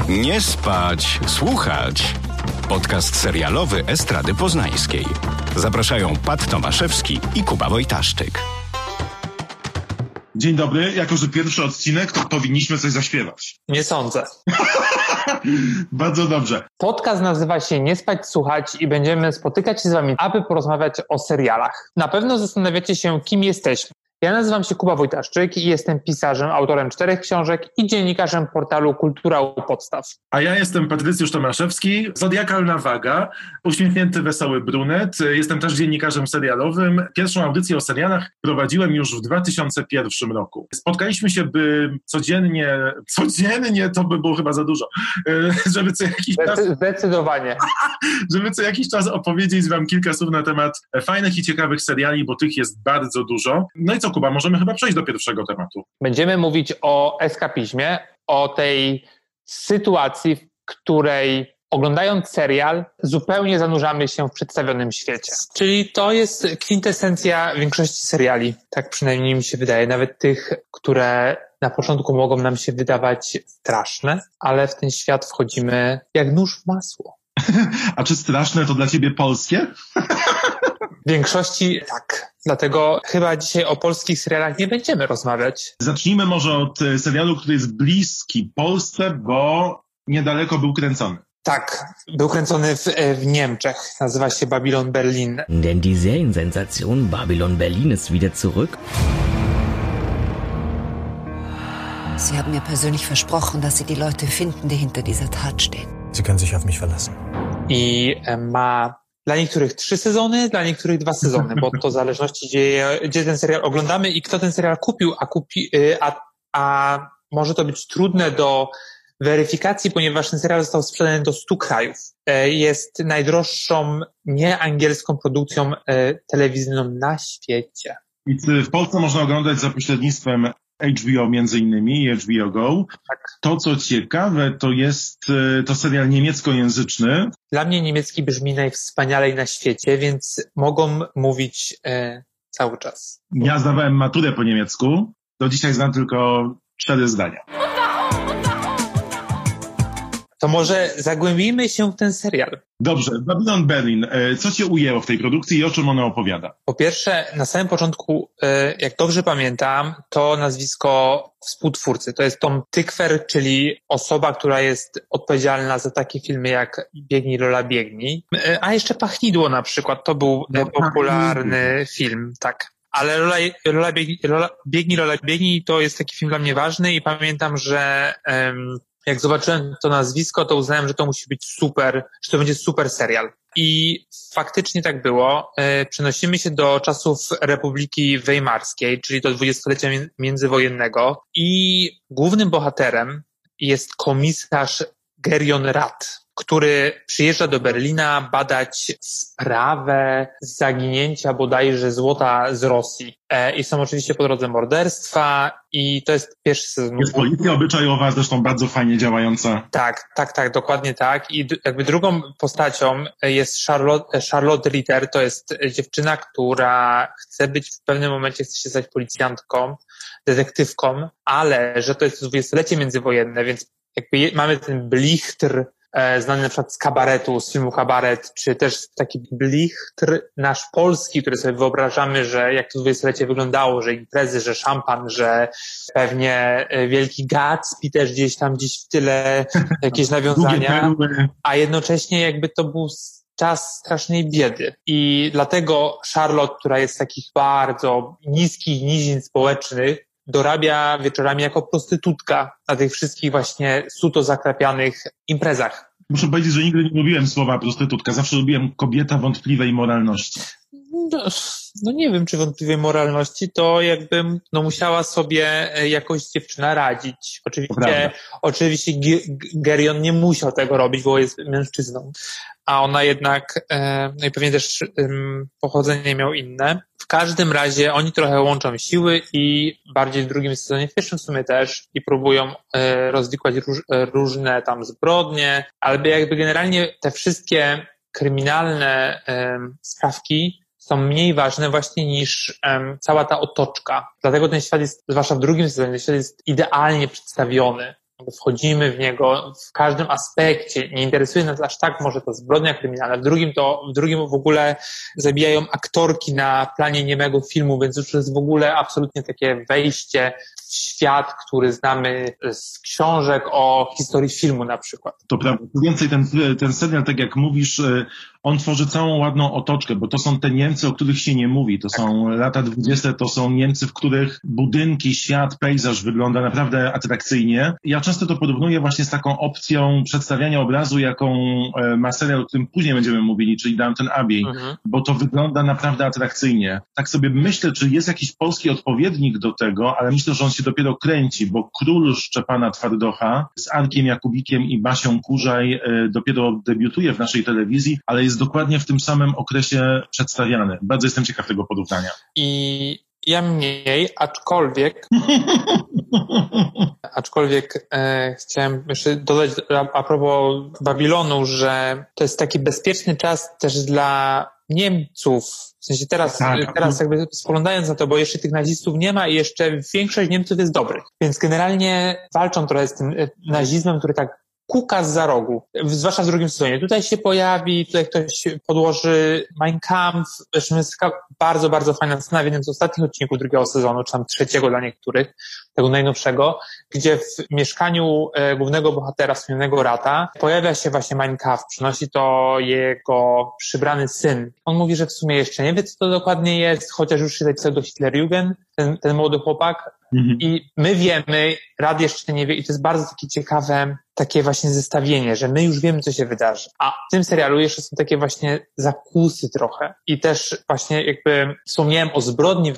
Nie spać, słuchać. Podcast serialowy Estrady Poznańskiej. Zapraszają Pat Tomaszewski i Kuba Wojtaszczyk. Dzień dobry. Jako że pierwszy odcinek, to powinniśmy coś zaśpiewać. Nie sądzę. Bardzo dobrze. Podcast nazywa się Nie spać, słuchać i będziemy spotykać się z wami, aby porozmawiać o serialach. Na pewno zastanawiacie się, kim jesteśmy. Ja nazywam się Kuba Wojtaszczyk i jestem pisarzem, autorem 4 książek i dziennikarzem portalu Kultura u Podstaw. A ja jestem Patrycjusz Tomaszewski, zodiakalna waga, uśmiechnięty, wesoły brunet. Jestem też dziennikarzem serialowym. Pierwszą audycję o serialach prowadziłem już w 2001 roku. Spotkaliśmy się, by codziennie to by było chyba za dużo, żeby co jakiś czas... Zdecydowanie. Żeby co jakiś czas opowiedzieć wam kilka słów na temat fajnych i ciekawych seriali, bo tych jest bardzo dużo. No i co, Kuba, możemy chyba przejść do pierwszego tematu. Będziemy mówić o eskapizmie, o tej sytuacji, w której oglądając serial zupełnie zanurzamy się w przedstawionym świecie. Czyli to jest kwintesencja większości seriali. Tak przynajmniej mi się wydaje. Nawet tych, które na początku mogą nam się wydawać straszne, ale w ten świat wchodzimy jak nóż w masło. A czy straszne to dla ciebie polskie? W większości tak. Dlatego chyba dzisiaj o polskich serialach nie będziemy rozmawiać. Zacznijmy może od serialu, który jest bliski Polsce, bo niedaleko był kręcony. Tak, był kręcony w Niemczech. Nazywa się Babylon Berlin. Denn die Seriensensation Babylon Berlin ist wieder zurück. Sie haben mir persönlich versprochen, dass Sie die Leute finden, die hinter dieser Tat stehen. Sie können sich auf mich verlassen. I ma dla niektórych 3 sezony, dla niektórych 2 sezony, bo to w zależności gdzie ten serial oglądamy i kto ten serial kupił, a może to być trudne do weryfikacji, ponieważ ten serial został sprzedany do 100 krajów. Jest najdroższą nieangielską produkcją telewizyjną na świecie. I w Polsce można oglądać za pośrednictwem HBO między innymi i HBO Go. Tak. To, co ciekawe, to jest to serial niemieckojęzyczny. Dla mnie niemiecki brzmi najwspanialej na świecie, więc mogą mówić cały czas. Ja zdawałem maturę po niemiecku. Do dzisiaj znam tylko 4 zdania. To może zagłębijmy się w ten serial. Dobrze, Babylon Berlin. Co cię ujęło w tej produkcji i o czym ona opowiada? Po pierwsze, na samym początku, jak dobrze pamiętam, to nazwisko współtwórcy. To jest Tom Tykwer, czyli osoba, która jest odpowiedzialna za takie filmy jak Biegnij Lola Biegnij. A jeszcze Pachnidło na przykład. To był popularny film, tak. Ale Biegnij Lola Biegnij to jest taki film dla mnie ważny i pamiętam, że jak zobaczyłem to nazwisko, to uznałem, że to musi być super, że to będzie super serial. I faktycznie tak było. Przenosimy się do czasów Republiki Weimarskiej, czyli do dwudziestolecia międzywojennego i głównym bohaterem jest komisarz Gerion Rath, który przyjeżdża do Berlina badać sprawę zaginięcia bodajże złota z Rosji. I są oczywiście po drodze morderstwa i to jest pierwszy sezon. Jest policja obyczajowa, zresztą bardzo fajnie działająca. Tak, dokładnie tak. I jakby drugą postacią jest Charlotte Ritter. To jest dziewczyna, która chce być w pewnym momencie, chce się stać policjantką, detektywką, ale że to jest 20-lecie międzywojenne, więc jakby mamy ten blichtr znany na przykład z kabaretu, z filmu Kabaret, czy też taki blichtr nasz polski, który sobie wyobrażamy, że jak to 20-lecie wyglądało, że imprezy, że szampan, że pewnie Wielki Gatsby też gdzieś w tyle jakieś nawiązania, a jednocześnie jakby to był czas strasznej biedy. I dlatego Charlotte, która jest z takich bardzo niskich nizin społecznych, dorabia wieczorami jako prostytutka na tych wszystkich właśnie suto zakrapianych imprezach. Muszę powiedzieć, że nigdy nie lubiłem słowa prostytutka. Zawsze lubiłem kobieta wątpliwej moralności. No nie wiem, czy wątpliwej moralności, to jakbym musiała sobie jakoś dziewczyna radzić. Oczywiście Gerion nie musiał tego robić, bo jest mężczyzną. A ona jednak, no i pewnie też pochodzenie miał inne. W każdym razie oni trochę łączą siły i bardziej w drugim sezonie, w pierwszym w sumie też, i próbują rozwikłać różne tam zbrodnie, ale jakby generalnie te wszystkie kryminalne sprawki są mniej ważne właśnie niż cała ta otoczka. Dlatego ten świat jest, zwłaszcza w drugim sezonie, ten świat jest idealnie przedstawiony. wchodzimy w niego w każdym aspekcie. Nie interesuje nas aż tak może to zbrodnia kryminalna. W drugim w ogóle zabijają aktorki na planie niemego filmu, więc już jest w ogóle absolutnie takie wejście w świat, który znamy z książek o historii filmu na przykład. To prawda. Więcej ten serial, tak jak mówisz, on tworzy całą ładną otoczkę, bo to są te Niemcy, o których się nie mówi. To są lata 20, to są Niemcy, w których budynki, świat, pejzaż wygląda naprawdę atrakcyjnie. Ja często to porównuję właśnie z taką opcją przedstawiania obrazu, jaką ma serial, o którym później będziemy mówili, czyli Downton Abbey, bo to wygląda naprawdę atrakcyjnie. Tak sobie myślę, czy jest jakiś polski odpowiednik do tego, ale myślę, że on się dopiero kręci, bo Król Szczepana Twardocha z Arkiem Jakubikiem i Basią Kurzaj dopiero debiutuje w naszej telewizji, ale jest dokładnie w tym samym okresie przedstawiany. Bardzo jestem ciekaw tego porównania. I ja mniej, aczkolwiek chciałem jeszcze dodać a propos Babilonu, że to jest taki bezpieczny czas też dla Niemców. W sensie teraz jakby spoglądając na to, bo jeszcze tych nazistów nie ma i jeszcze większość Niemców jest dobrych. Więc generalnie walczą trochę z tym nazizmem, który tak kuka zza rogu, zwłaszcza w drugim sezonie. Tutaj się pojawi, tutaj ktoś podłoży Mein Kampf, zresztą jest taka bardzo, bardzo fajna scena w jednym z ostatnich odcinków drugiego sezonu, czy tam trzeciego dla niektórych, tego najnowszego, gdzie w mieszkaniu głównego bohatera, słynnego Rata, pojawia się właśnie Mein Kampf, przynosi to jego przybrany syn. On mówi, że w sumie jeszcze nie wie, co to dokładnie jest, chociaż już się zapisał do Hitlerjugend, ten młody chłopak. I my wiemy, Rad jeszcze nie wie i to jest bardzo takie ciekawe, takie właśnie zestawienie, że my już wiemy, co się wydarzy. A w tym serialu jeszcze są takie właśnie zakusy trochę. I też właśnie jakby wspomniałem o zbrodni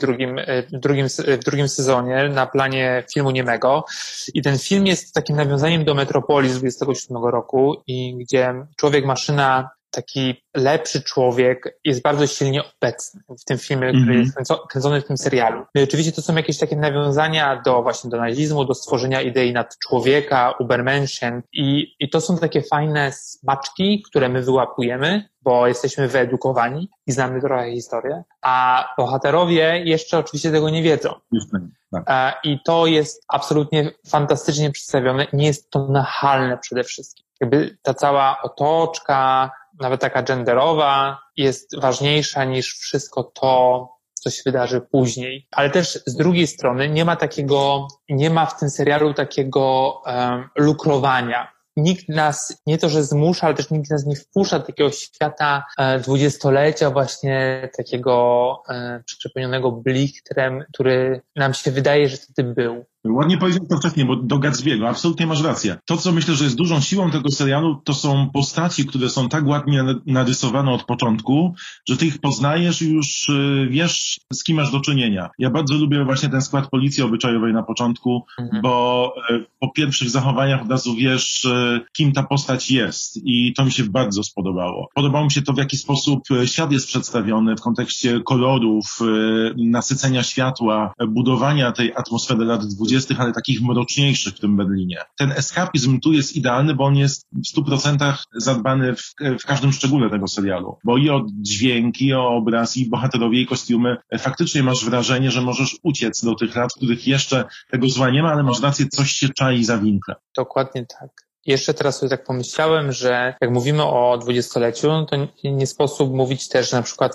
w drugim sezonie na planie filmu niemego. I ten film jest takim nawiązaniem do Metropolii z 27 roku i gdzie człowiek-maszyna, taki lepszy człowiek jest bardzo silnie obecny w tym filmie, który jest kręcony w tym serialu. No i oczywiście to są jakieś takie nawiązania do nazizmu, do stworzenia idei nadczłowieka, Übermenschen i to są takie fajne smaczki, które my wyłapujemy, bo jesteśmy wyedukowani i znamy trochę historię, a bohaterowie jeszcze oczywiście tego nie wiedzą. I to jest absolutnie fantastycznie przedstawione. Nie jest to nachalne przede wszystkim. Jakby ta cała otoczka, nawet taka genderowa, jest ważniejsza niż wszystko to, co się wydarzy później. Ale też z drugiej strony nie ma w tym serialu takiego lukrowania. Nikt nas nie to, że zmusza, ale też nikt nas nie wpuszcza do takiego świata dwudziestolecia właśnie takiego przepełnionego blichtrem, który nam się wydaje, że wtedy był. Ładnie powiedziałem to wcześniej, bo do Gatsby'ego, absolutnie masz rację. To, co myślę, że jest dużą siłą tego serialu, to są postaci, które są tak ładnie narysowane od początku, że ty ich poznajesz i już wiesz, z kim masz do czynienia. Ja bardzo lubię właśnie ten skład policji obyczajowej na początku, bo po pierwszych zachowaniach od razu wiesz, kim ta postać jest i to mi się bardzo spodobało. Podobało mi się to, w jaki sposób świat jest przedstawiony w kontekście kolorów, nasycenia światła, budowania tej atmosfery lat 20., ale takich mroczniejszych w tym Berlinie. Ten eskapizm tu jest idealny, bo on jest w 100% zadbany w każdym szczególe tego serialu. Bo i o dźwięki, i o obraz, i bohaterowie, i kostiumy. Faktycznie masz wrażenie, że możesz uciec do tych lat, w których jeszcze tego zła nie ma, ale masz rację, coś się czai za winklem. Dokładnie tak. Jeszcze teraz sobie tak pomyślałem, że jak mówimy o dwudziestoleciu, to nie sposób mówić też na przykład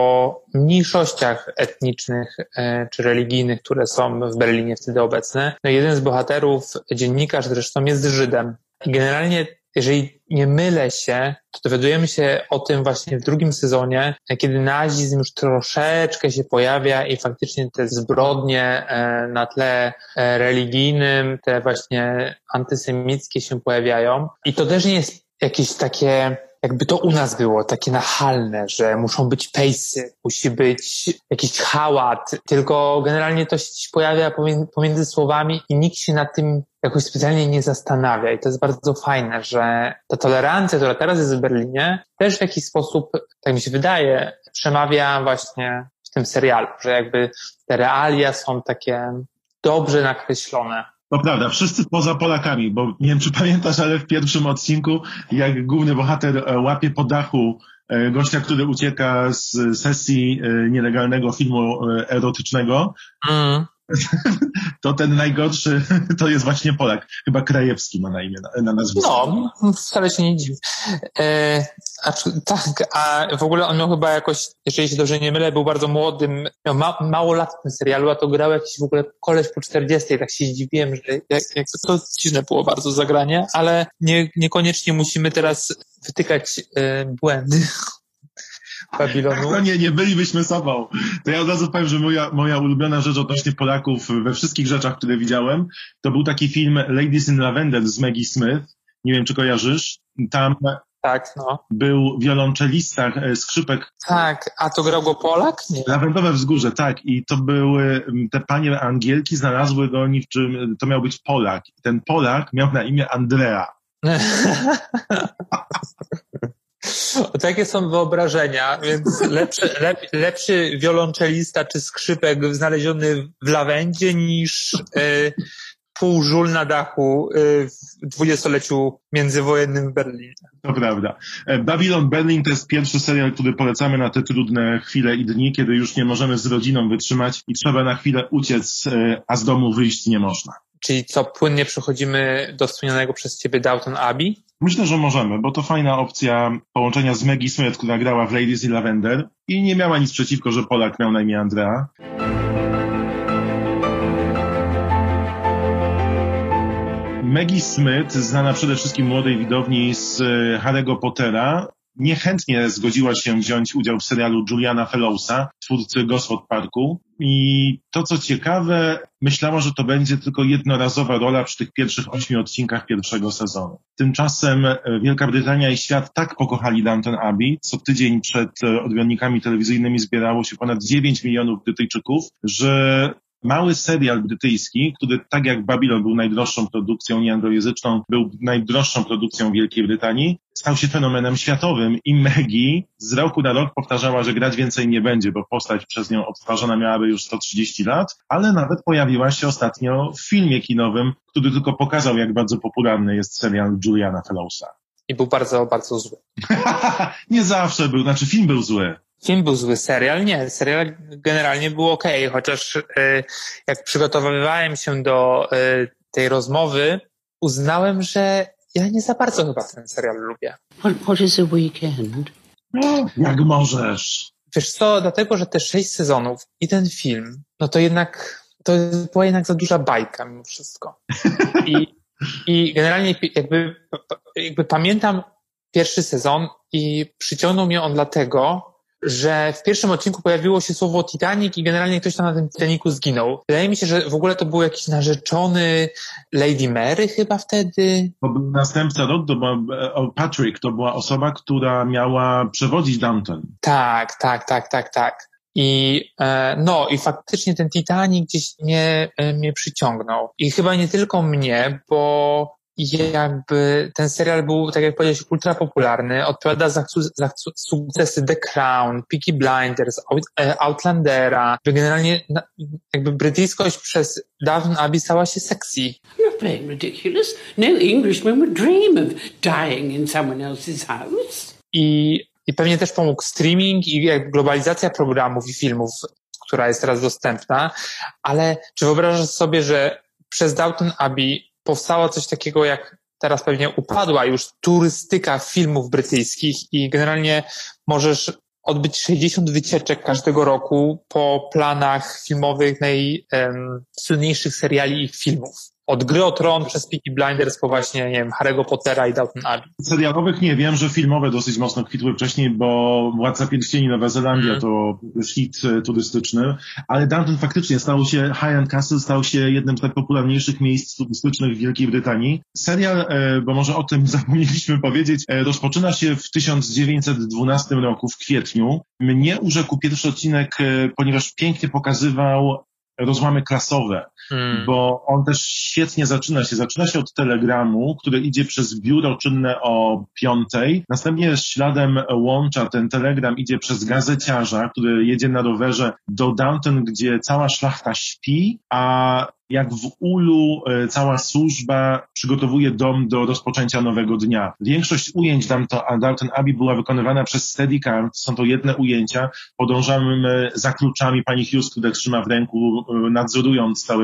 o mniejszościach etnicznych czy religijnych, które są w Berlinie wtedy obecne. No jeden z bohaterów, dziennikarz zresztą, jest Żydem. I generalnie, jeżeli nie mylę się, to dowiadujemy się o tym właśnie w drugim sezonie, kiedy nazizm już troszeczkę się pojawia i faktycznie te zbrodnie na tle religijnym, te właśnie antysemickie się pojawiają. I to też nie jest jakieś takie, jakby to u nas było, takie nachalne, że muszą być pejsy, musi być jakiś hałat, tylko generalnie to się pojawia pomiędzy słowami i nikt się nad tym jakoś specjalnie nie zastanawia i to jest bardzo fajne, że ta tolerancja, która teraz jest w Berlinie, też w jakiś sposób, tak mi się wydaje, przemawia właśnie w tym serialu, że jakby te realia są takie dobrze nakreślone. To prawda, wszyscy poza Polakami, bo nie wiem, czy pamiętasz, ale w pierwszym odcinku, jak główny bohater łapie po dachu gościa, który ucieka z sesji nielegalnego filmu erotycznego, to ten najgorszy to jest właśnie Polak. Chyba Krajewski ma na imię, na nazwisko. No, wcale się nie dziwi. A w ogóle on miał chyba jakoś, jeżeli się dobrze nie mylę, był bardzo młodym, miał mało lat w tym serialu, a to grał jakiś w ogóle koleś po 40, tak się zdziwiłem, że jak to dziwne było bardzo zagranie, ale niekoniecznie musimy teraz wytykać błędy Babilonu. No nie bylibyśmy sobą. To ja od razu powiem, że moja ulubiona rzecz odnośnie Polaków we wszystkich rzeczach, które widziałem, to był taki film Ladies in Lavender z Maggie Smith. Nie wiem, czy kojarzysz. Tam tak, no. Był wiolonczelista, skrzypek. Tak, a to grał go Polak? Nie. Lawendowe Wzgórze, tak. I to były, te panie Angielki znalazły go niczym, to miał być Polak. I ten Polak miał na imię Andrea. Takie są wyobrażenia, więc lepszy wiolonczelista czy skrzypek znaleziony w lawendzie niż pół żul na dachu w 20-leciu międzywojennym w Berlinie. To prawda. Babylon Berlin to jest pierwszy serial, który polecamy na te trudne chwile i dni, kiedy już nie możemy z rodziną wytrzymać i trzeba na chwilę uciec, a z domu wyjść nie można. Czyli co, płynnie przechodzimy do wspomnianego przez ciebie Downton Abbey? Myślę, że możemy, bo to fajna opcja połączenia z Maggie Smith, która grała w Ladies in Lavender i nie miała nic przeciwko, że Polak miał na imię Andrea. Maggie Smith, znana przede wszystkim młodej widowni z Harry'ego Pottera, niechętnie zgodziła się wziąć udział w serialu Juliana Fellowsa, twórcy Gosford Parku. I to, co ciekawe, myślała, że to będzie tylko jednorazowa rola przy tych pierwszych 8 odcinkach pierwszego sezonu. Tymczasem Wielka Brytania i świat tak pokochali Downton Abbey, co tydzień przed odbiornikami telewizyjnymi zbierało się ponad 9 milionów Brytyjczyków, że mały serial brytyjski, który tak jak Babylon był najdroższą produkcją nieanglojęzyczną, był najdroższą produkcją Wielkiej Brytanii, stał się fenomenem światowym i Maggie z roku na rok powtarzała, że grać więcej nie będzie, bo postać przez nią odtwarzana miałaby już 130 lat, ale nawet pojawiła się ostatnio w filmie kinowym, który tylko pokazał, jak bardzo popularny jest serial Juliana Fellowsa. I był bardzo, bardzo zły. Nie zawsze był, znaczy film był zły. Film był zły, serial nie. Serial generalnie był okej, chociaż jak przygotowywałem się do tej rozmowy, uznałem, że ja nie za bardzo chyba ten serial lubię. What is a weekend? No, jak możesz. Wiesz co, dlatego, że te 6 sezonów i ten film, no to jednak, to była jednak za duża bajka mimo wszystko. I generalnie jakby pamiętam pierwszy sezon i przyciągnął mnie on dlatego, że w pierwszym odcinku pojawiło się słowo Titanic i generalnie ktoś tam na tym Titanicu zginął. Wydaje mi się, że w ogóle to był jakiś narzeczony Lady Mary chyba wtedy. To był następca Rod, to była Patrick, to była osoba, która miała przewodzić Downton. Tak. I i faktycznie ten Titanic gdzieś mnie przyciągnął. I chyba nie tylko mnie, bo jakby ten serial był, tak jak powiedziałeś, ultra popularny, odpowiada za sukcesy The Crown, Peaky Blinders, Outlandera, że generalnie jakby brytyjskość przez Downton Abbey stała się sexy. Not very ridiculous. No Englishman would dream of dying in someone else's house. I pewnie też pomógł streaming i globalizacja programów i filmów, która jest teraz dostępna, ale czy wyobrażasz sobie, że przez Downton Abbey powstało coś takiego jak teraz pewnie upadła już turystyka filmów brytyjskich i generalnie możesz odbyć 60 wycieczek każdego roku po planach filmowych najsłynniejszych seriali i filmów. Od Gry o Tron przez Peaky Blinders po właśnie, nie wiem, Harry'ego Pottera i Downton Abbey. Serialowych nie wiem, że filmowe dosyć mocno kwitły wcześniej, bo Władca Pierścieni Nowa Zelandia to hit turystyczny, ale Downton faktycznie Highland Castle stał się jednym z najpopularniejszych miejsc turystycznych w Wielkiej Brytanii. Serial, bo może o tym zapomnieliśmy powiedzieć, rozpoczyna się w 1912 roku, w kwietniu. Mnie urzekł pierwszy odcinek, ponieważ pięknie pokazywał rozłamy klasowe, bo on też świetnie zaczyna się od telegramu, który idzie przez biuro czynne o 5:00, następnie śladem łącza ten telegram idzie przez gazeciarza, który jedzie na rowerze do Downton, gdzie cała szlachta śpi, a jak w ulu cała służba przygotowuje dom do rozpoczęcia nowego dnia. Większość ujęć Downton Abbey była wykonywana przez Steadicam, są to jedne ujęcia. Podążamy za kluczami pani Hughes, która trzyma w ręku, nadzorując całe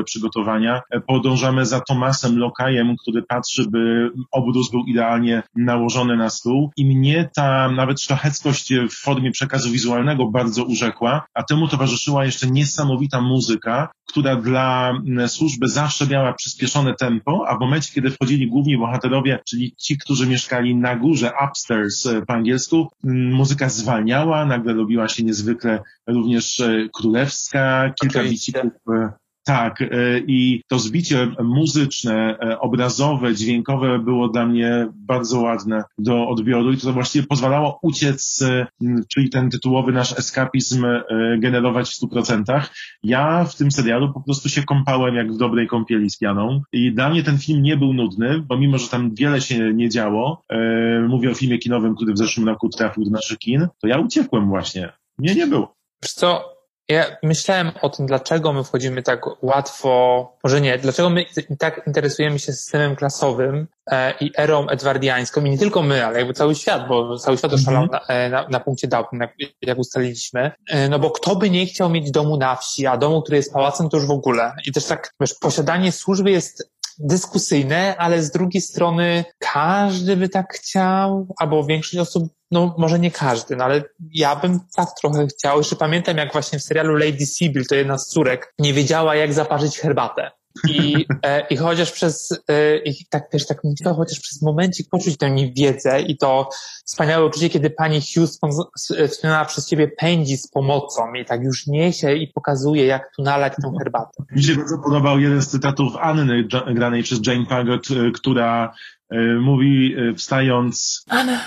przygotowania. Podążamy za Tomasem Lokajem, który patrzy, by obrus był idealnie nałożony na stół i mnie ta nawet szlacheckość w formie przekazu wizualnego bardzo urzekła, a temu towarzyszyła jeszcze niesamowita muzyka, która dla służby zawsze miała przyspieszone tempo, a w momencie, kiedy wchodzili główni bohaterowie, czyli ci, którzy mieszkali na górze, upstairs po angielsku, muzyka zwalniała, nagle robiła się niezwykle również królewska, kilka bicików. Tak, i to zbicie muzyczne, obrazowe, dźwiękowe było dla mnie bardzo ładne do odbioru i to właściwie pozwalało uciec, czyli ten tytułowy nasz eskapizm generować w 100%. Ja w tym serialu po prostu się kąpałem jak w dobrej kąpieli z pianą i dla mnie ten film nie był nudny, bo mimo, że tam wiele się nie działo, mówię o filmie kinowym, który w zeszłym roku trafił do naszych kin, to ja uciekłem właśnie. Mnie nie było. Wiesz co? Ja myślałem o tym, dlaczego my wchodzimy tak łatwo, może nie, dlaczego my tak interesujemy się systemem klasowym i erą edwardiańską i nie tylko my, ale jakby cały świat, bo cały świat oszalał na punkcie Downton, jak ustaliliśmy. No bo kto by nie chciał mieć domu na wsi, a domu, który jest pałacem, to już w ogóle. I też tak, wiesz, posiadanie służby jest dyskusyjne, ale z drugiej strony każdy by tak chciał, albo większość osób, no może nie każdy, no ale ja bym tak trochę chciał. Jeszcze pamiętam, jak właśnie w serialu Lady Sybil, to jedna z córek, nie wiedziała, jak zaparzyć herbatę. I chociaż chociaż przez momencik poczuć tę niewiedzę i to wspaniałe uczucie, kiedy pani Houston wspomniana przez ciebie pędzi z pomocą i tak już niesie i pokazuje, jak tu nalać tę herbatę. Mi się bardzo podobał jeden z cytatów Anny, granej przez Jane Paget, która mówi wstając: Anna,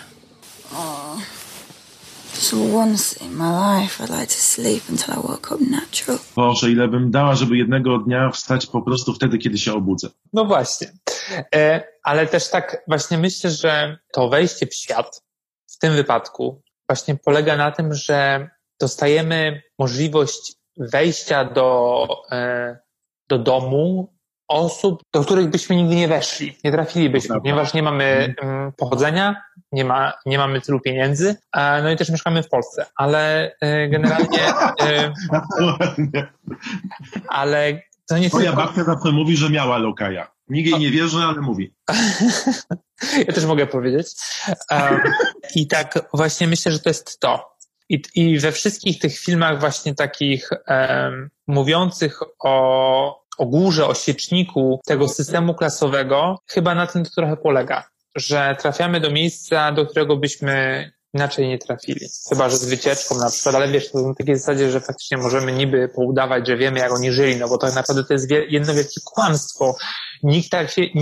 just once in my life I'd like to sleep until I woke up natural. Boże, ile bym dała, żeby jednego dnia wstać po prostu wtedy, kiedy się obudzę. No właśnie. Ale też tak właśnie myślę, że to wejście w świat w tym wypadku właśnie polega na tym, że dostajemy możliwość wejścia do domu osób, do których byśmy nigdy nie weszli, nie trafilibyśmy, ponieważ nie mamy pochodzenia, nie mamy tylu pieniędzy, no i też mieszkamy w Polsce, ale generalnie ale to nie moja babcia zawsze mówi, że miała lokaja. Nikt jej nie wierzy, ale mówi. Ja też mogę powiedzieć. I tak właśnie myślę, że to jest to. I we wszystkich tych filmach właśnie takich mówiących o górze, o świeczniku tego systemu klasowego, chyba na tym to trochę polega, że trafiamy do miejsca, do którego byśmy inaczej nie trafili. Chyba że z wycieczką na przykład, ale wiesz, to na takiej zasadzie, że faktycznie możemy niby poudawać, że wiemy, jak oni żyli, no bo tak naprawdę to jest jedno wielkie kłamstwo. Nikt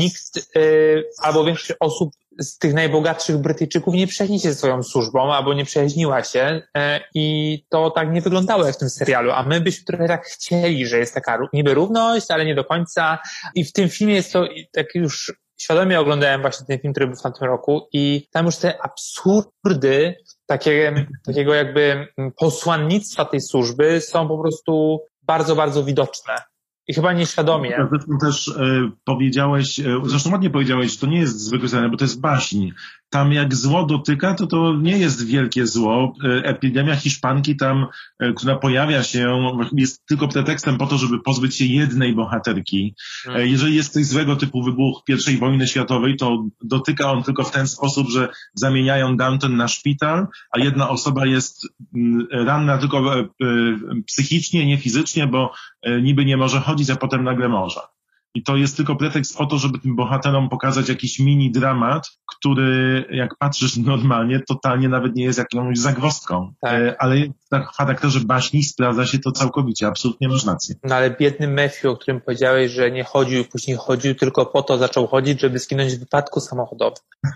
albo większość osób z tych najbogatszych Brytyjczyków nie przyjaźni się ze swoją służbą, albo nie przyjaźniła się i to tak nie wyglądało jak w tym serialu, a my byśmy trochę tak chcieli, że jest taka niby równość, ale nie do końca i w tym filmie jest to tak już świadomie oglądałem właśnie ten film, który był w tamtym roku i tam już te absurdy takiego jakby posłannictwa tej służby są po prostu bardzo, bardzo widoczne. I chyba nieświadomie. Zresztą też powiedziałeś, zresztą ładnie powiedziałeś, że to nie jest zwykłe serial, bo to jest baśń. Tam jak zło dotyka, to nie jest wielkie zło. Epidemia hiszpanki tam, która pojawia się, jest tylko pretekstem po to, żeby pozbyć się jednej bohaterki. Jeżeli jest coś złego typu wybuch I wojny światowej, to dotyka on tylko w ten sposób, że zamieniają Downton na szpital, a jedna osoba jest ranna tylko psychicznie, nie fizycznie, bo niby nie może chodzić, a potem nagle może. I to jest tylko pretekst po to, żeby tym bohaterom pokazać jakiś mini dramat, który, jak patrzysz normalnie, totalnie nawet nie jest jakąś zagwozdką. Tak. Ale w charakterze baśni sprawdza się to całkowicie, absolutnie masz rację. No ale biedny Matthew, o którym powiedziałeś, że nie chodził, później chodził, tylko po to zaczął chodzić, żeby zginąć w wypadku samochodowym.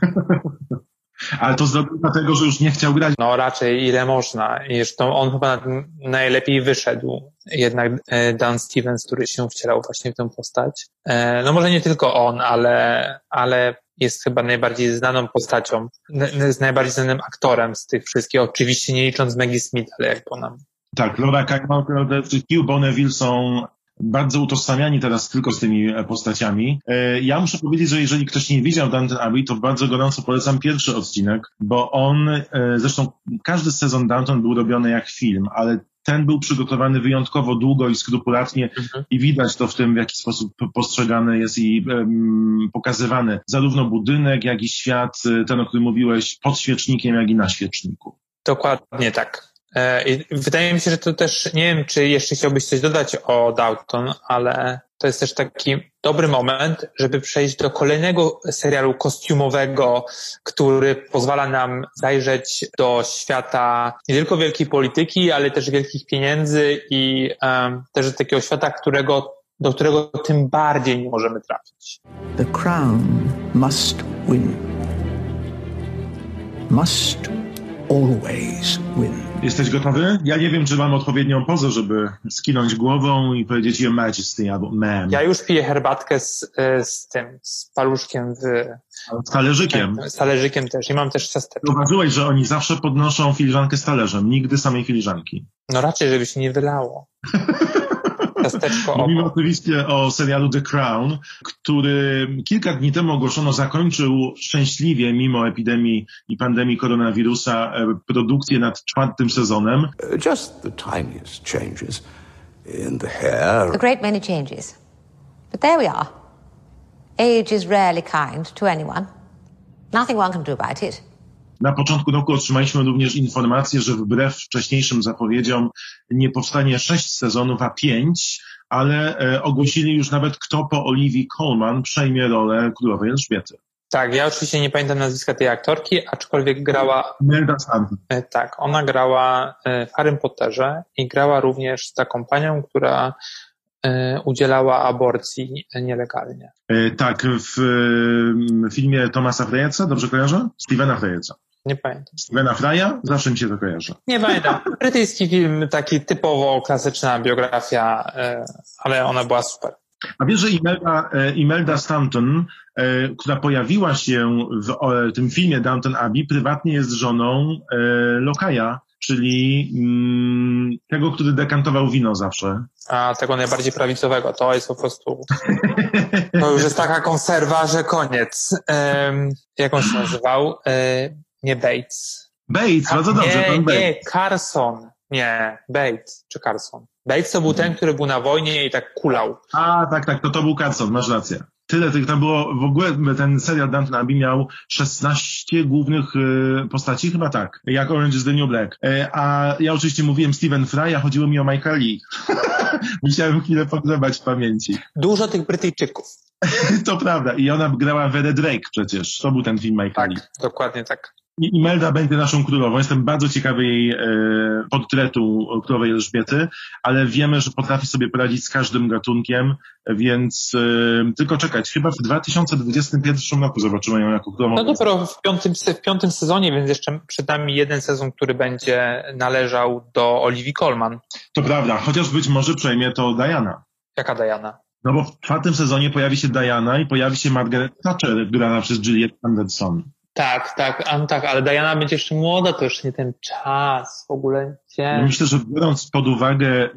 Ale to zrobił dlatego, że już nie chciał grać. No raczej ile można. I zresztą on chyba najlepiej wyszedł. Jednak Dan Stevens, który się wcielał właśnie w tę postać. No może nie tylko on, ale jest chyba najbardziej znaną postacią, jest najbardziej znanym aktorem z tych wszystkich. Oczywiście nie licząc Maggie Smith, ale jak po nam. Tak, Laura Kyle czy Hugh Bonneville są bardzo utożsamiani teraz tylko z tymi postaciami. Ja muszę powiedzieć, że jeżeli ktoś nie widział Downton Abbey, to bardzo gorąco polecam pierwszy odcinek, bo on, zresztą każdy sezon Downton był robiony jak film, ale ten był przygotowany wyjątkowo długo i skrupulatnie i widać to w tym, w jaki sposób postrzegany jest i pokazywany zarówno budynek, jak i świat, ten, o którym mówiłeś, pod świecznikiem, jak i na świeczniku. Dokładnie tak. I wydaje mi się, że to też, nie wiem, czy jeszcze chciałbyś coś dodać o Downton, ale to jest też taki dobry moment, żeby przejść do kolejnego serialu kostiumowego, który pozwala nam zajrzeć do świata nie tylko wielkiej polityki, ale też wielkich pieniędzy i też do takiego świata, do którego tym bardziej nie możemy trafić. The crown must win. Must always win. Jesteś gotowy? Ja nie wiem, czy mam odpowiednią pozę, żeby skinąć głową i powiedzieć Your Majesty albo ma'am. Ja już piję herbatkę z paluszkiem z talerzykiem. Z talerzykiem też i mam też ciasteczko. Zauważyłeś, że oni zawsze podnoszą filiżankę z talerzem, nigdy samej filiżanki. No raczej, żeby się nie wylało. Mówimy oczywiście o serialu The Crown, który kilka dni temu ogłoszono zakończył szczęśliwie, mimo epidemii i pandemii koronawirusa, produkcję nad 4. sezonem. Just the tiniest changes in the hair. A great many changes. But there we are. Age is rarely kind to anyone. Nothing one can do about it. Na początku roku otrzymaliśmy również informację, że wbrew wcześniejszym zapowiedziom nie powstanie 6 sezonów, a 5, ale ogłosili już nawet, kto po Olivii Colman przejmie rolę królowej Elżbiety. Tak, ja oczywiście nie pamiętam nazwiska tej aktorki, aczkolwiek grała... Imelda Staunton. Tak, ona grała w Harrym Potterze i grała również z taką panią, która udzielała aborcji nielegalnie. Tak, w filmie Thomasa Freyetsa, dobrze kojarzę? Stevena Freyetsa. Nie pamiętam. Stevena Freya? Zawsze mi się to kojarzy. Nie pamiętam. Brytyjski film, taki typowo klasyczna biografia, ale ona była super. A wiesz, że Imelda Staunton, która pojawiła się w tym filmie Downton Abbey, prywatnie jest żoną Lokaja, czyli tego, który dekantował wino zawsze. A tego najbardziej prawicowego. To jest po prostu... To już jest taka konserwa, że koniec. Jak on się nazywał? Nie Bates. Bates, bardzo dobrze. Nie, Carson. Nie, Bates czy Carson. Bates to był ten, który był na wojnie i tak kulał. A, tak, to był Carson, masz rację. Tyle tych tam było, w ogóle ten serial Downton Abbey miał 16 głównych postaci, chyba tak, jak Orange is the New Black. A ja oczywiście mówiłem Stephen Fry, a chodziło mi o Michael Lee. Musiałem chwilę pogrzebać w pamięci. Dużo tych Brytyjczyków. To prawda. I ona grała Verę Drake przecież. To był ten film Michael Lee. Tak, dokładnie tak. I Imelda będzie naszą królową. Jestem bardzo ciekawy jej portretu królowej Elżbiety, ale wiemy, że potrafi sobie poradzić z każdym gatunkiem, więc tylko czekać. Chyba w 2021 roku zobaczymy ją jako królową. No dopiero w piątym sezonie, więc jeszcze przed nami jeden sezon, który będzie należał do Olivii Colman. To prawda, chociaż być może przejmie to Diana. Jaka Diana? No bo w 4. sezonie pojawi się Diana i pojawi się Margaret Thatcher, grana przez Gillian Anderson. Tak, ale Diana będzie jeszcze młoda, to już nie ten czas w ogóle. No myślę, że biorąc pod uwagę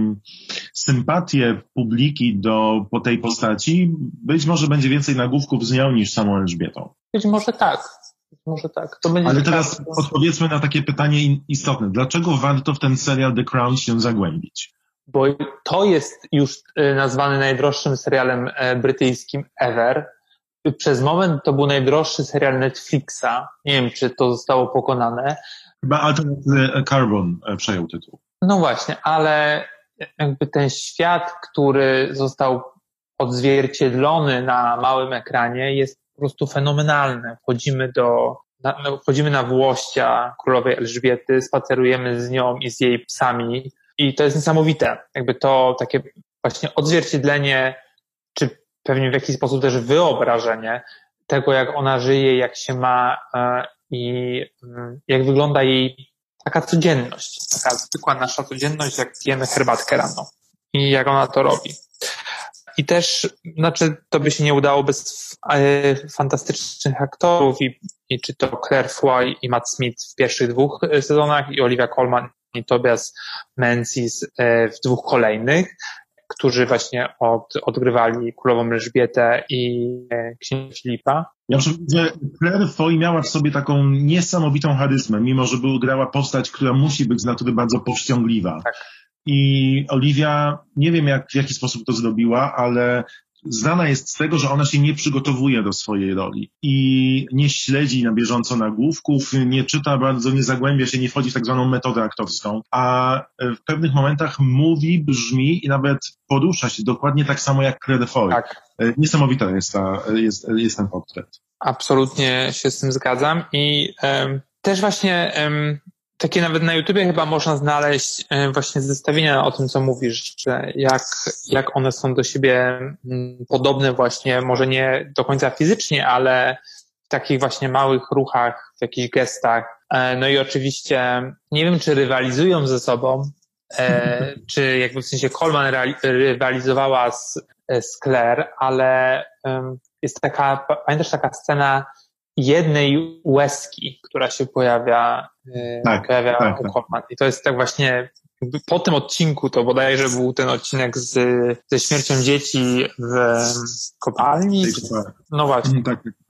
sympatię publiki po tej postaci, być może będzie więcej nagłówków z nią niż samą Elżbietą. Być może tak. To będzie ale teraz odpowiedzmy na takie pytanie istotne. Dlaczego warto w ten serial The Crown się zagłębić? Bo to jest już nazwany najdroższym serialem brytyjskim ever. Przez moment to był najdroższy serial Netflixa. Nie wiem, czy to zostało pokonane. Chyba Altered Carbon przejął tytuł. No właśnie, ale jakby ten świat, który został odzwierciedlony na małym ekranie, jest po prostu fenomenalny. Wchodzimy na włościa królowej Elżbiety, spacerujemy z nią i z jej psami i to jest niesamowite. Jakby to takie właśnie odzwierciedlenie, czy pewnie w jakiś sposób też wyobrażenie tego, jak ona żyje, jak się ma i jak wygląda jej taka codzienność, taka zwykła nasza codzienność, jak pijemy herbatkę rano i jak ona to robi. I też, to by się nie udało bez fantastycznych aktorów i czy to Claire Foy i Matt Smith w pierwszych 2 sezonach i Olivia Colman i Tobias Menzies w 2 kolejnych. którzy właśnie odgrywali królową Elżbietę i księcia Filipa. Ja muszę powiedzieć, że Claire Foy miała w sobie taką niesamowitą charyzmę, mimo że grała postać, która musi być z natury bardzo powściągliwa. Tak. I Olivia, nie wiem w jaki sposób to zrobiła, ale znana jest z tego, że ona się nie przygotowuje do swojej roli i nie śledzi na bieżąco nagłówków, nie czyta bardzo, nie zagłębia się, nie wchodzi w tak zwaną metodę aktorską, a w pewnych momentach mówi, brzmi i nawet porusza się dokładnie tak samo jak Claire Foy. Tak. Niesamowita jest ten portret. Absolutnie się z tym zgadzam i też właśnie takie nawet na YouTubie chyba można znaleźć właśnie zestawienia o tym, co mówisz, że jak one są do siebie podobne właśnie, może nie do końca fizycznie, ale w takich właśnie małych ruchach, w jakichś gestach. No i oczywiście nie wiem, czy rywalizują ze sobą, czy jakby w sensie Colman rywalizowała z Claire, ale jest pamiętasz taka scena jednej łezki, która się pojawia u Colman. I to jest tak właśnie po tym odcinku, to bodajże był ten odcinek ze śmiercią dzieci w kopalni. No właśnie.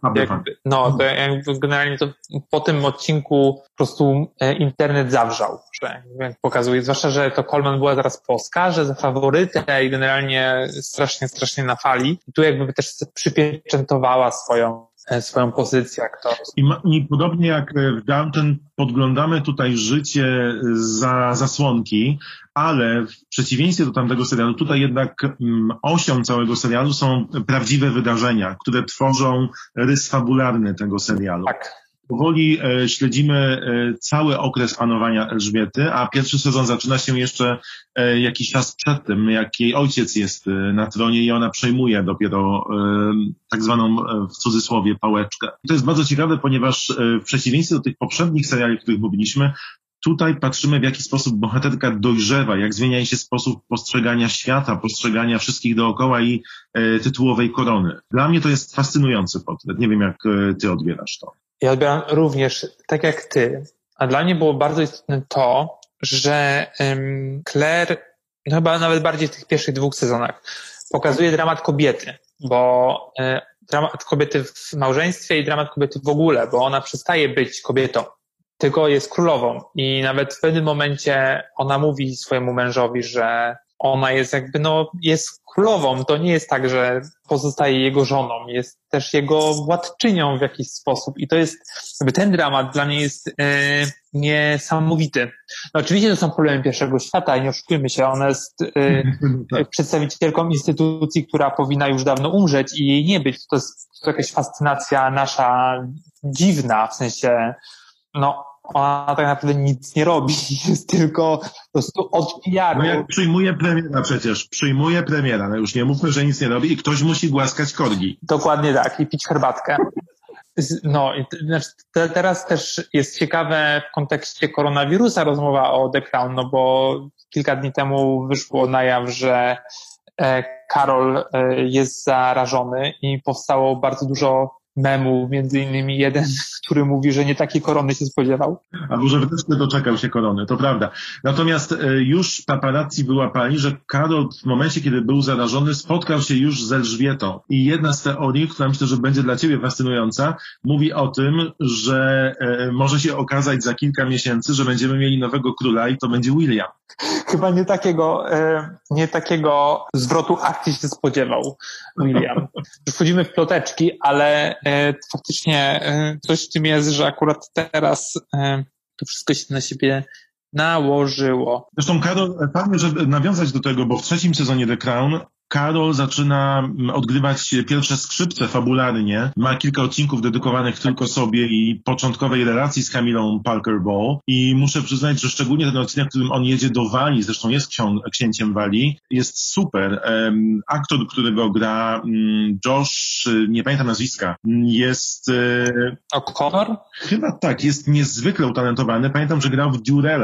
To jakby generalnie to po tym odcinku po prostu internet zawrzał, że jak pokazuje, zwłaszcza, że to Colman była teraz po Oscarze za faworytę i generalnie strasznie na fali. I tu jakby też przypieczętowała swoją pozycję aktorską. I podobnie jak w Downton podglądamy tutaj życie za zasłonki, ale w przeciwieństwie do tamtego serialu, tutaj jednak osią całego serialu są prawdziwe wydarzenia, które tworzą rys fabularny tego serialu. Tak. Powoli śledzimy cały okres panowania Elżbiety, a pierwszy sezon zaczyna się jeszcze jakiś czas przed tym, jak jej ojciec jest na tronie i ona przejmuje dopiero tak zwaną w cudzysłowie pałeczkę. To jest bardzo ciekawe, ponieważ w przeciwieństwie do tych poprzednich seriali, o których mówiliśmy, tutaj patrzymy, w jaki sposób bohaterka dojrzewa, jak zmienia się sposób postrzegania świata, postrzegania wszystkich dookoła i tytułowej korony. Dla mnie to jest fascynujący portret. Nie wiem, jak ty odbierasz to. Ja odbieram również tak jak ty, a dla mnie było bardzo istotne to, że Claire, no chyba nawet bardziej w tych pierwszych 2 sezonach, pokazuje dramat kobiety, bo dramat kobiety w małżeństwie i dramat kobiety w ogóle, bo ona przestaje być kobietą, tylko jest królową i nawet w pewnym momencie ona mówi swojemu mężowi, że ona jest jakby, jest królową. To nie jest tak, że pozostaje jego żoną, jest też jego władczynią w jakiś sposób i to jest, jakby ten dramat dla mnie jest niesamowity. No oczywiście to są problemy pierwszego świata i nie oszukujmy się, ona jest przedstawicielką instytucji, która powinna już dawno umrzeć i jej nie być. To jest jakaś fascynacja nasza dziwna, w sensie, ona tak naprawdę nic nie robi, jest tylko po prostu od PR-u. No jak przyjmuje premiera, no już nie mówmy, że nic nie robi i ktoś musi głaskać korgi. Dokładnie tak i pić herbatkę. No i teraz też jest ciekawe w kontekście koronawirusa rozmowa o The Crown, bo kilka dni temu wyszło na jaw, że Karol jest zarażony i powstało bardzo dużo memów, między innymi jeden, który mówi, że nie takiej korony się spodziewał. A może wreszcie doczekał się korony, to prawda. Natomiast już paparazzi wyłapali, że Karol w momencie, kiedy był zarażony, spotkał się już z Elżbietą. I jedna z teorii, która myślę, że będzie dla ciebie fascynująca, mówi o tym, że może się okazać za kilka miesięcy, że będziemy mieli nowego króla i to będzie William. Chyba nie takiego zwrotu akcji się spodziewał William. Wchodzimy w ploteczki, ale faktycznie coś w tym jest, że akurat teraz to wszystko się na siebie nałożyło. Zresztą Karol, fajnie, żeby nawiązać do tego, bo w 3. sezonie The Crown Karol zaczyna odgrywać pierwsze skrzypce fabularnie. Ma kilka odcinków dedykowanych tylko sobie i początkowej relacji z Camillą Parker Bowles. I muszę przyznać, że szczególnie ten odcinek, w którym on jedzie do Walii, zresztą jest księciem Walii, jest super. Aktor, który go gra, Josh, nie pamiętam nazwiska, jest... O'Connor? Chyba tak, jest niezwykle utalentowany. Pamiętam, że grał w Durellach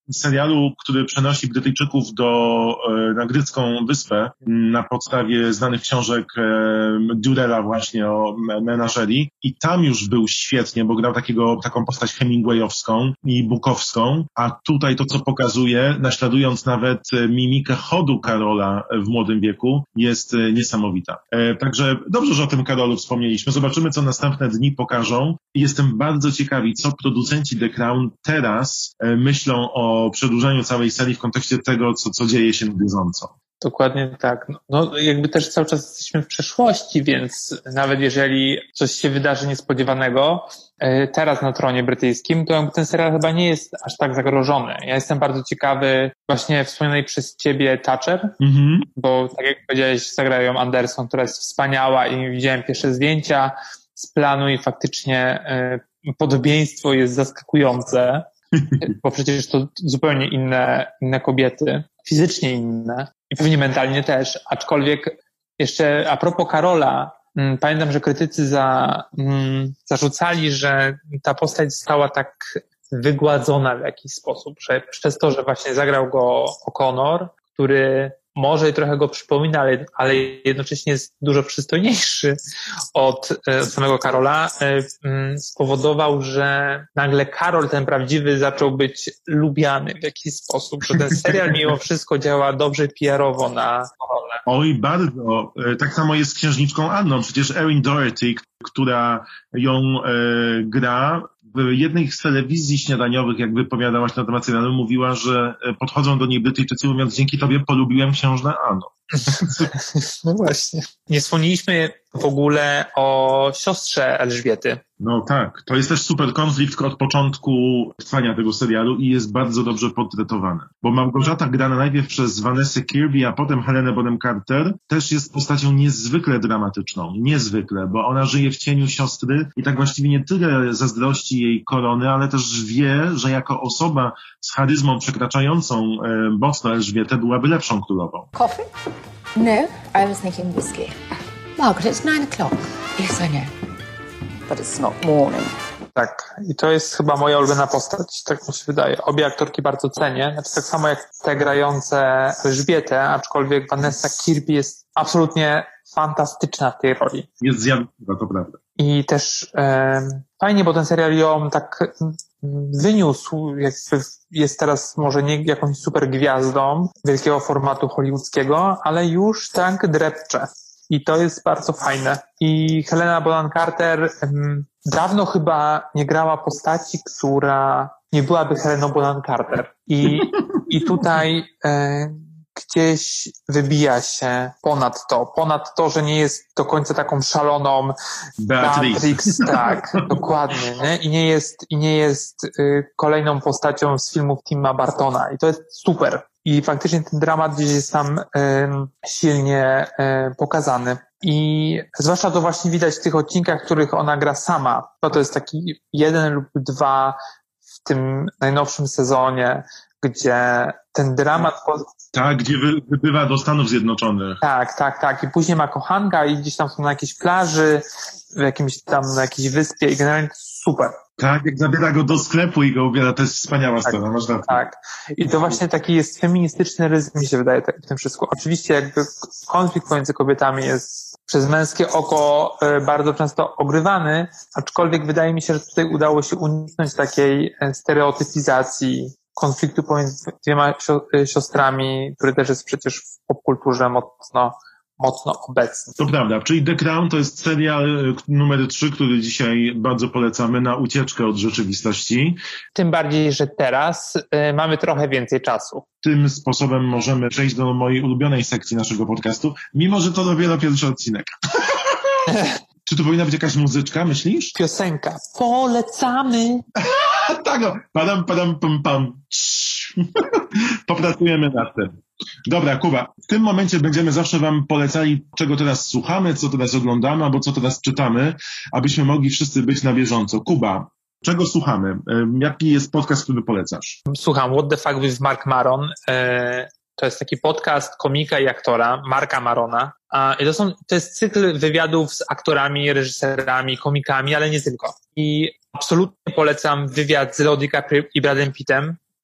serialu, który przenosi Brytyjczyków na grecką wyspę na podstawie znanych książek Durella właśnie o menażerii. I tam już był świetnie, bo grał taką postać hemingwayowską i bukowską, a tutaj to, co pokazuje, naśladując nawet mimikę chodu Karola w młodym wieku, jest niesamowita. Także dobrze, że o tym Karolu wspomnieliśmy. Zobaczymy, co następne dni pokażą. Jestem bardzo ciekawi, co producenci The Crown teraz myślą o przedłużeniu całej serii w kontekście tego, co dzieje się na bieżąco. Dokładnie tak. No jakby też cały czas jesteśmy w przeszłości, więc nawet jeżeli coś się wydarzy niespodziewanego teraz na tronie brytyjskim, to jakby ten serial chyba nie jest aż tak zagrożony. Ja jestem bardzo ciekawy właśnie wspomnianej przez ciebie Thatcher, bo tak jak powiedziałeś, zagra ją Anderson, która jest wspaniała i widziałem pierwsze zdjęcia z planu i faktycznie podobieństwo jest zaskakujące, bo przecież to zupełnie inne kobiety, fizycznie inne i pewnie mentalnie też, aczkolwiek jeszcze a propos Karola, pamiętam, że krytycy zarzucali, że ta postać została tak wygładzona w jakiś sposób, że przez to, że właśnie zagrał go O'Connor, który może i trochę go przypomina, ale jednocześnie jest dużo przystojniejszy od samego Karola, spowodował, że nagle Karol, ten prawdziwy, zaczął być lubiany w jakiś sposób, że ten serial mimo wszystko działa dobrze PR-owo na rolę. Oj, bardzo. Tak samo jest z księżniczką Anną. Przecież Erin Doherty, która ją gra, w jednej z telewizji śniadaniowych, jak wypowiadała się na temat serialu, mówiła, że podchodzą do niej Brytyjczycy, mówiąc: dzięki tobie polubiłem księżnę Anną. No właśnie. Nie wspomnieliśmy w ogóle o siostrze Elżbiety. No tak, to jest też super konflikt od początku trwania tego serialu i jest bardzo dobrze portretowane. Bo Małgorzata, grana najpierw przez Vanessę Kirby, a potem Helenę Bonham Carter, też jest postacią niezwykle dramatyczną. Niezwykle, bo ona żyje w cieniu siostry i tak właściwie nie tyle zazdrości jej korony, ale też wie, że jako osoba z charyzmą przekraczającą mocno Elżbietę byłaby lepszą królową. Coffee? No, I was thinking whiskey. Margaret, it's 9:00. Yes, I know. But it's not morning. Tak, i to jest chyba moja ulubiona postać, tak mi się wydaje. Obie aktorki bardzo cenię, znaczy tak samo jak te grające Elżbietę, aczkolwiek Vanessa Kirby jest absolutnie fantastyczna w tej roli. Jest zjadliwa, to prawda. I też fajnie, bo ten serial ją tak wyniósł, jakby jest teraz może nie jakąś super gwiazdą wielkiego formatu hollywoodzkiego, ale już tak drepcze. I to jest bardzo fajne. I Helena Bonham Carter dawno chyba nie grała postaci, która nie byłaby Heleną Bonham Carter. I tutaj gdzieś wybija się ponad to, że nie jest do końca taką szaloną Beatrix, tak, dokładnie, nie? I nie jest kolejną postacią z filmów Tima Burtona. I to jest super. I faktycznie ten dramat gdzieś jest tam silnie pokazany. I zwłaszcza to właśnie widać w tych odcinkach, w których ona gra sama. To jest taki 1 lub 2 w tym najnowszym sezonie, gdzie ten dramat... Tak, gdzie wybywa do Stanów Zjednoczonych. Tak. I później ma kochanka i gdzieś tam są na jakiejś plaży, na jakiejś wyspie i generalnie super. Tak, jak zabiera go do sklepu i go ubiera, to jest wspaniała scena, można. Tak. I to właśnie taki jest feministyczny ryzyk, mi się wydaje, w tym wszystkim. Oczywiście jakby konflikt pomiędzy kobietami jest przez męskie oko bardzo często ogrywany, aczkolwiek wydaje mi się, że tutaj udało się uniknąć takiej stereotypizacji konfliktu pomiędzy dwiema siostrami, który też jest przecież w popkulturze mocno obecny. To prawda, czyli The Crown to jest serial numer 3, który dzisiaj bardzo polecamy na ucieczkę od rzeczywistości. Tym bardziej, że teraz mamy trochę więcej czasu. Tym sposobem możemy przejść do mojej ulubionej sekcji naszego podcastu, mimo że to dopiero pierwszy odcinek. Czy tu powinna być jakaś muzyczka, myślisz? Piosenka. Polecamy! Tak, padam, pam. Popracujemy nad tym. Dobra, Kuba, w tym momencie będziemy zawsze wam polecali, czego teraz słuchamy, co teraz oglądamy, albo co teraz czytamy, abyśmy mogli wszyscy być na bieżąco. Kuba, czego słuchamy? Jaki jest podcast, który polecasz? Słucham What the Fuck with Mark Maron. To jest taki podcast komika i aktora, Marka Marona. I to jest cykl wywiadów z aktorami, reżyserami, komikami, ale nie tylko. I absolutnie polecam wywiad z Leo DiCaprio i Bradem Pittem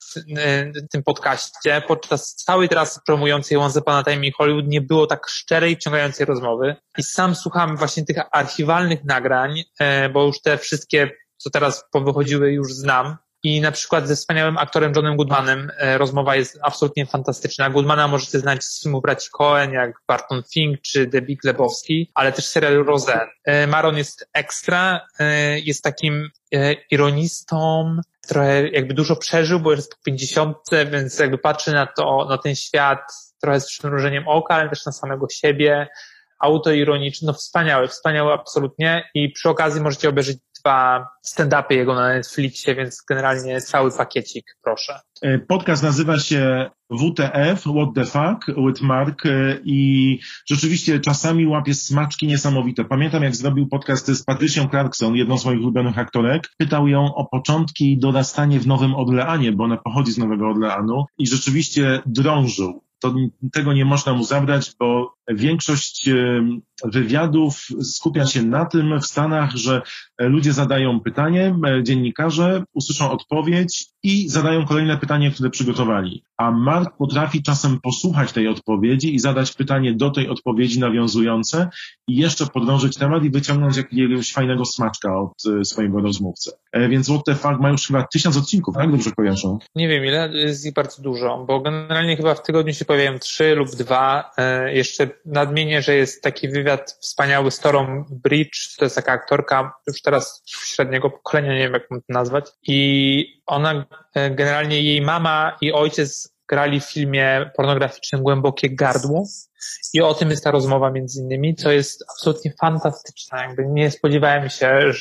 tym podcaście, podczas całej trasy promującej Once Upon a Time in Hollywood nie było tak szczerej, wciągającej rozmowy. I sam słucham właśnie tych archiwalnych nagrań, bo już te wszystkie, co teraz powychodziły, już znam. I na przykład ze wspaniałym aktorem Johnem Goodmanem rozmowa jest absolutnie fantastyczna. Goodmana możecie znać z filmu braci Coen, jak Barton Fink czy The Big Lebowski, ale też serialu Roseanne. Maron jest ekstra, jest takim ironistą, trochę jakby dużo przeżył, bo jest po 50, więc jakby patrzy na ten świat trochę z przymrużeniem oka, ale też na samego siebie. Autoironiczny, no wspaniały absolutnie i przy okazji możecie obejrzeć 2 stand-upy jego na Netflixie, więc generalnie cały pakiecik, proszę. Podcast nazywa się WTF, What the Fuck, with Mark i rzeczywiście czasami łapie smaczki niesamowite. Pamiętam, jak zrobił podcast z Patricią Clarkson, jedną z moich ulubionych aktorek. Pytał ją o początki i dorastanie w Nowym Orleanie, bo ona pochodzi z Nowego Orleanu i rzeczywiście drążył. Tego nie można mu zabrać, bo większość wywiadów skupia się na tym w Stanach, że ludzie zadają pytanie, dziennikarze usłyszą odpowiedź i zadają kolejne pytanie, które przygotowali. A Mark potrafi czasem posłuchać tej odpowiedzi i zadać pytanie do tej odpowiedzi nawiązujące i jeszcze podrążyć temat i wyciągnąć jakiegoś fajnego smaczka od swojego rozmówcy. Więc What the Fuck ma już chyba 1000 odcinków, tak? Dobrze kojarzą? Nie wiem ile, jest ich bardzo dużo, bo generalnie chyba w tygodniu się pojawiają 3 lub 2. Jeszcze nadmienię, że jest taki wywiad wspaniały z Torą Bridge, to jest taka aktorka już teraz średniego pokolenia, nie wiem jak mam to nazwać, i ona generalnie jej mama i ojciec grali w filmie pornograficznym Głębokie Gardło i o tym jest ta rozmowa między innymi, co jest absolutnie fantastyczne. Jakby nie spodziewałem się,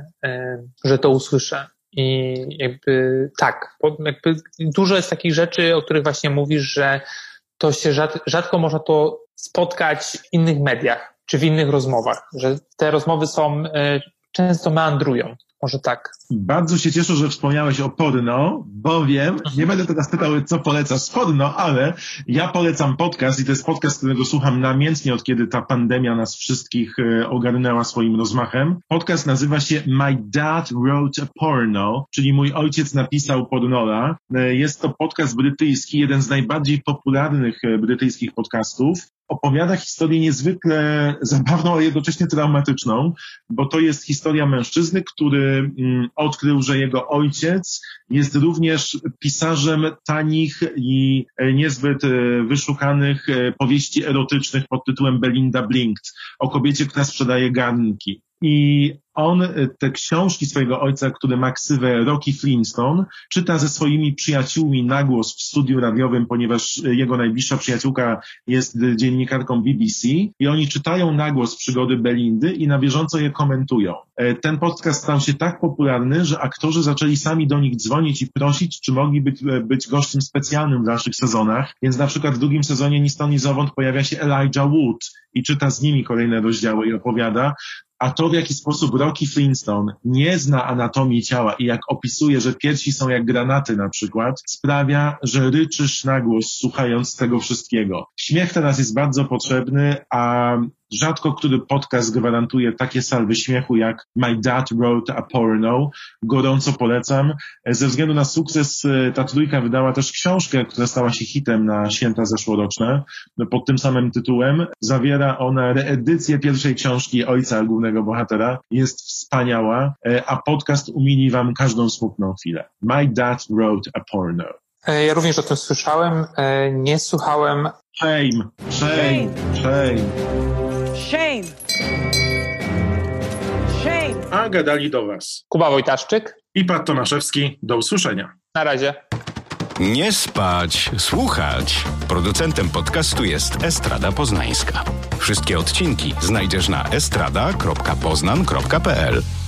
że to usłyszę. I jakby tak, jakby dużo jest takich rzeczy, o których właśnie mówisz, że to się rzadko można to spotkać w innych mediach czy w innych rozmowach, że te rozmowy są często meandrują. Może tak. Bardzo się cieszę, że wspomniałeś o porno, bowiem nie będę teraz pytał, co polecasz z porno, ale ja polecam podcast i to jest podcast, którego słucham namiętnie od kiedy ta pandemia nas wszystkich ogarnęła swoim rozmachem. Podcast nazywa się My Dad Wrote a Porno, czyli mój ojciec napisał pornola. Jest to podcast brytyjski, jeden z najbardziej popularnych brytyjskich podcastów. Opowiada historię niezwykle zabawną, a jednocześnie traumatyczną, bo to jest historia mężczyzny, który odkrył, że jego ojciec jest również pisarzem tanich i niezbyt wyszukanych powieści erotycznych pod tytułem Belinda Blinked, o kobiecie, która sprzedaje garnki. I on te książki swojego ojca, który ma ksywę Rocky Flintstone, czyta ze swoimi przyjaciółmi na głos w studiu radiowym, ponieważ jego najbliższa przyjaciółka jest dziennikarką BBC i oni czytają na głos przygody Belindy i na bieżąco je komentują. Ten podcast stał się tak popularny, że aktorzy zaczęli sami do nich dzwonić i prosić, czy mogli być gościem specjalnym w dalszych sezonach. Więc na przykład w 2. sezonie ni stąd ni zowąd pojawia się Elijah Wood i czyta z nimi kolejne rozdziały i opowiada. A to, w jaki sposób Rocky Flintstone nie zna anatomii ciała i jak opisuje, że piersi są jak granaty na przykład, sprawia, że ryczysz na głos słuchając tego wszystkiego. Śmiech teraz jest bardzo potrzebny, a rzadko który podcast gwarantuje takie salwy śmiechu jak My Dad Wrote a Porno. Gorąco polecam. Ze względu na sukces ta trójka wydała też książkę, która stała się hitem na święta zeszłoroczne pod tym samym tytułem. Zawiera ona reedycję pierwszej książki ojca głównego bohatera. Jest wspaniała, a podcast umili wam każdą smutną chwilę. My Dad Wrote a Porno. Ja również o tym słyszałem. Nie słuchałem. Shame. A gadali do was Kuba Wojtaszczyk i Pat Tomaszewski. Do usłyszenia. Na razie. Nie spać, słuchać. Producentem podcastu jest Estrada Poznańska. Wszystkie odcinki znajdziesz na estrada.poznan.pl.